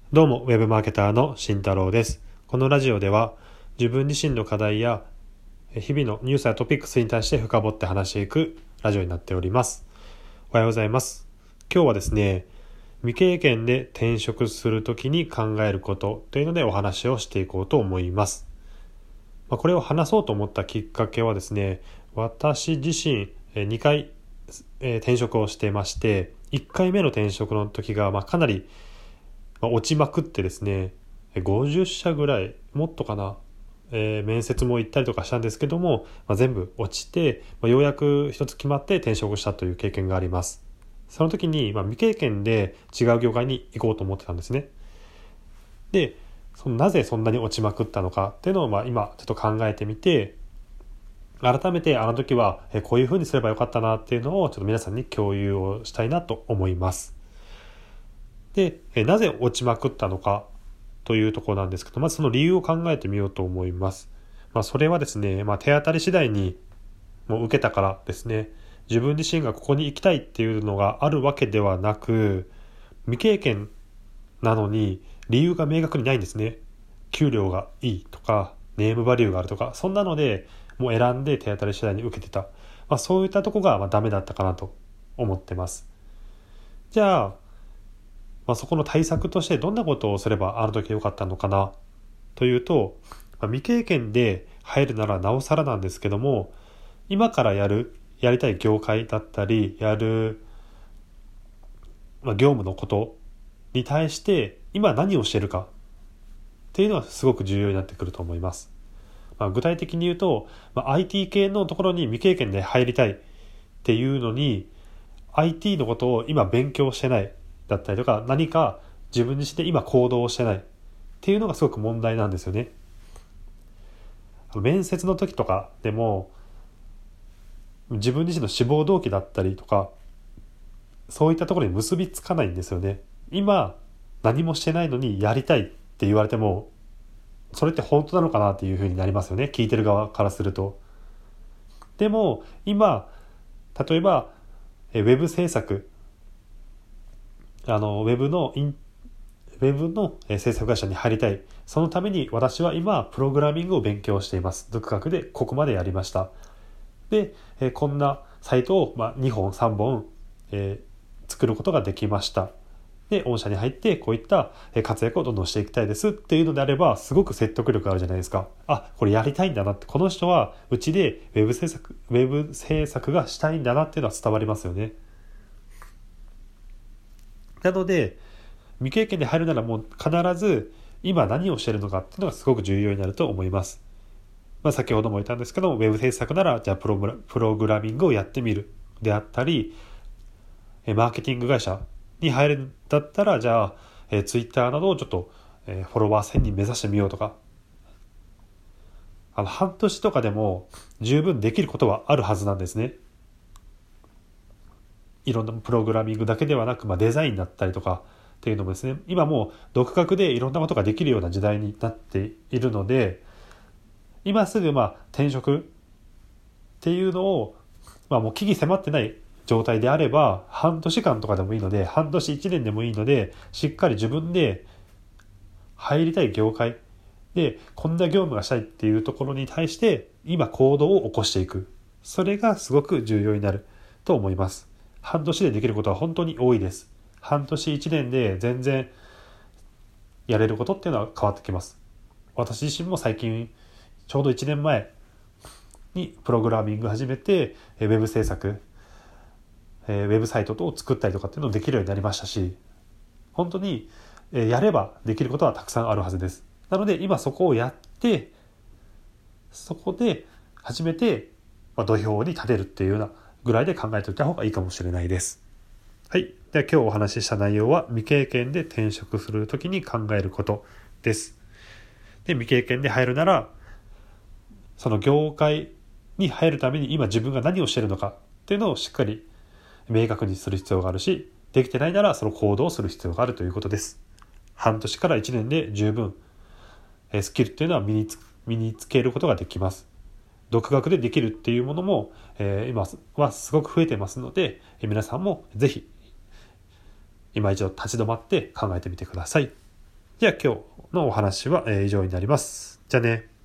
どうも、ウェブマーケターの慎太郎です。このラジオでは、自分自身の課題や日々のニュースやトピックスに対して深掘って話していくラジオになっております。おはようございます。今日はですね、未経験で転職するときに考えることというのでお話をしていこうと思います。これを話そうと思ったきっかけはですね、私自身2回転職をしていまして、1回目の転職の時がかなり落ちまくってですね、50社ぐらい、もっとかな、面接も行ったりとかしたんですけども、全部落ちて、ようやく一つ決まって転職したという経験があります。その時に、未経験で違う業界に行こうと思ってたんですね。で、なぜそんなに落ちまくったのかっていうのを今ちょっと考えてみて、改めてあの時はこういうふうにすればよかったなっていうのをちょっと皆さんに共有をしたいなと思います。で、なぜ落ちまくったのかというところなんですけど、まずその理由を考えてみようと思います。それはですね、手当たり次第にもう受けたからですね、自分自身がここに行きたいっていうのがあるわけではなく、未経験なのに理由が明確にないんですね。給料がいいとか、ネームバリューがあるとか、そんなのでもう選んで手当たり次第に受けてた。そういったとこがダメだったかなと思ってます。じゃあ、そこの対策としてどんなことをすればあの時良かったのかなというと、未経験で入るならなおさらなんですけども、今からやりたい業界だったり、業務のことに対して今何をしているかっていうのはすごく重要になってくると思います。具体的に言うと、IT 系のところに未経験で入りたいっていうのに、IT のことを今勉強してないだったりとか、何か自分自身で今行動をしてないっていうのがすごく問題なんですよね。面接の時とかでも自分自身の志望動機だったりとか、そういったところに結びつかないんですよね。今何もしてないのにやりたいって言われても、それって本当なのかなっていうふうになりますよね、聞いてる側からすると。でも今例えばウェブ制作、ウェブの制作会社に入りたい。そのために私は今プログラミングを勉強しています。独学でここまでやりました。で、こんなサイトを2本3本、作ることができました。で、御社に入ってこういった活躍をどんどんしていきたいですっていうのであれば、すごく説得力あるじゃないですか。これやりたいんだなって、この人はうちでウェブ制作がしたいんだなっていうのは伝わりますよね。なので、未経験で入るならもう必ず今何をしているのかっていうのがすごく重要になると思います。先ほども言ったんですけど、ウェブ制作ならじゃあプログラミングをやってみるであったり、マーケティング会社に入るんだったらじゃあ、ツイッターなどをちょっと、フォロワー1000人目指してみようとか、半年とかでも十分できることはあるはずなんですね。いろんなプログラミングだけではなく、デザインだったりとかっていうのもですね、今もう独学でいろんなことができるような時代になっているので、今すぐ転職っていうのを、もう危機迫ってない状態であれば、半年間とかでもいいので、半年1年でもいいので、しっかり自分で入りたい業界でこんな業務がしたいっていうところに対して今行動を起こしていく。それがすごく重要になると思います。半年でできることは本当に多いです。半年1年で全然やれることっていうのは変わってきます。私自身も最近ちょうど1年前にプログラミング始めて、ウェブ制作、ウェブサイトを作ったりとかっていうのをできるようになりましたし、本当にやればできることはたくさんあるはずです。なので今そこをやって、そこで初めて土俵に立てるっていうようなぐらいで考えておいた方がいいかもしれないです。はい。では今日お話しした内容は未経験で転職するときに考えることです。で、未経験で入るなら、その業界に入るために今自分が何をしているのかっていうのをしっかり明確にする必要があるし、できてないならその行動をする必要があるということです。半年から1年で十分スキルっていうのは身につけることができます。独学でできるっていうものも、今はすごく増えてますので、皆さんもぜひ今一度立ち止まって考えてみてください。 じゃあ今日のお話は以上になります。じゃあね。